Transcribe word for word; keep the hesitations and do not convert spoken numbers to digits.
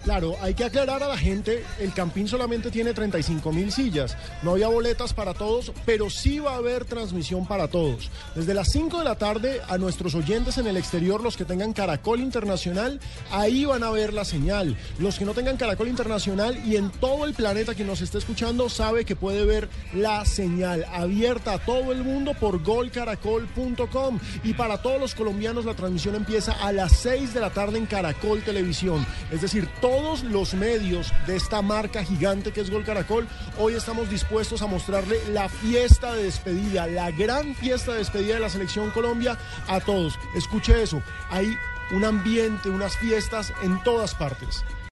Claro, hay que aclarar a la gente, el Campín solamente tiene treinta y cinco mil sillas, no había boletas para todos, pero sí va a haber transmisión para todos. Desde las cinco de la tarde a nuestros oyentes en el exterior, los que tengan Caracol Internacional, ahí van a ver la señal. Los que no tengan Caracol Internacional y en todo el planeta que nos esté escuchando sabe que puede ver la señal abierta a todo el mundo por gol caracol punto com. Y para todos los colombianos la transmisión empieza a las seis de la tarde en Caracol Televisión. Es decir, todo Todos los medios de esta marca gigante que es Gol Caracol, hoy estamos dispuestos a mostrarle la fiesta de despedida, la gran fiesta de despedida de la Selección Colombia a todos. Escuche eso, hay un ambiente, unas fiestas en todas partes.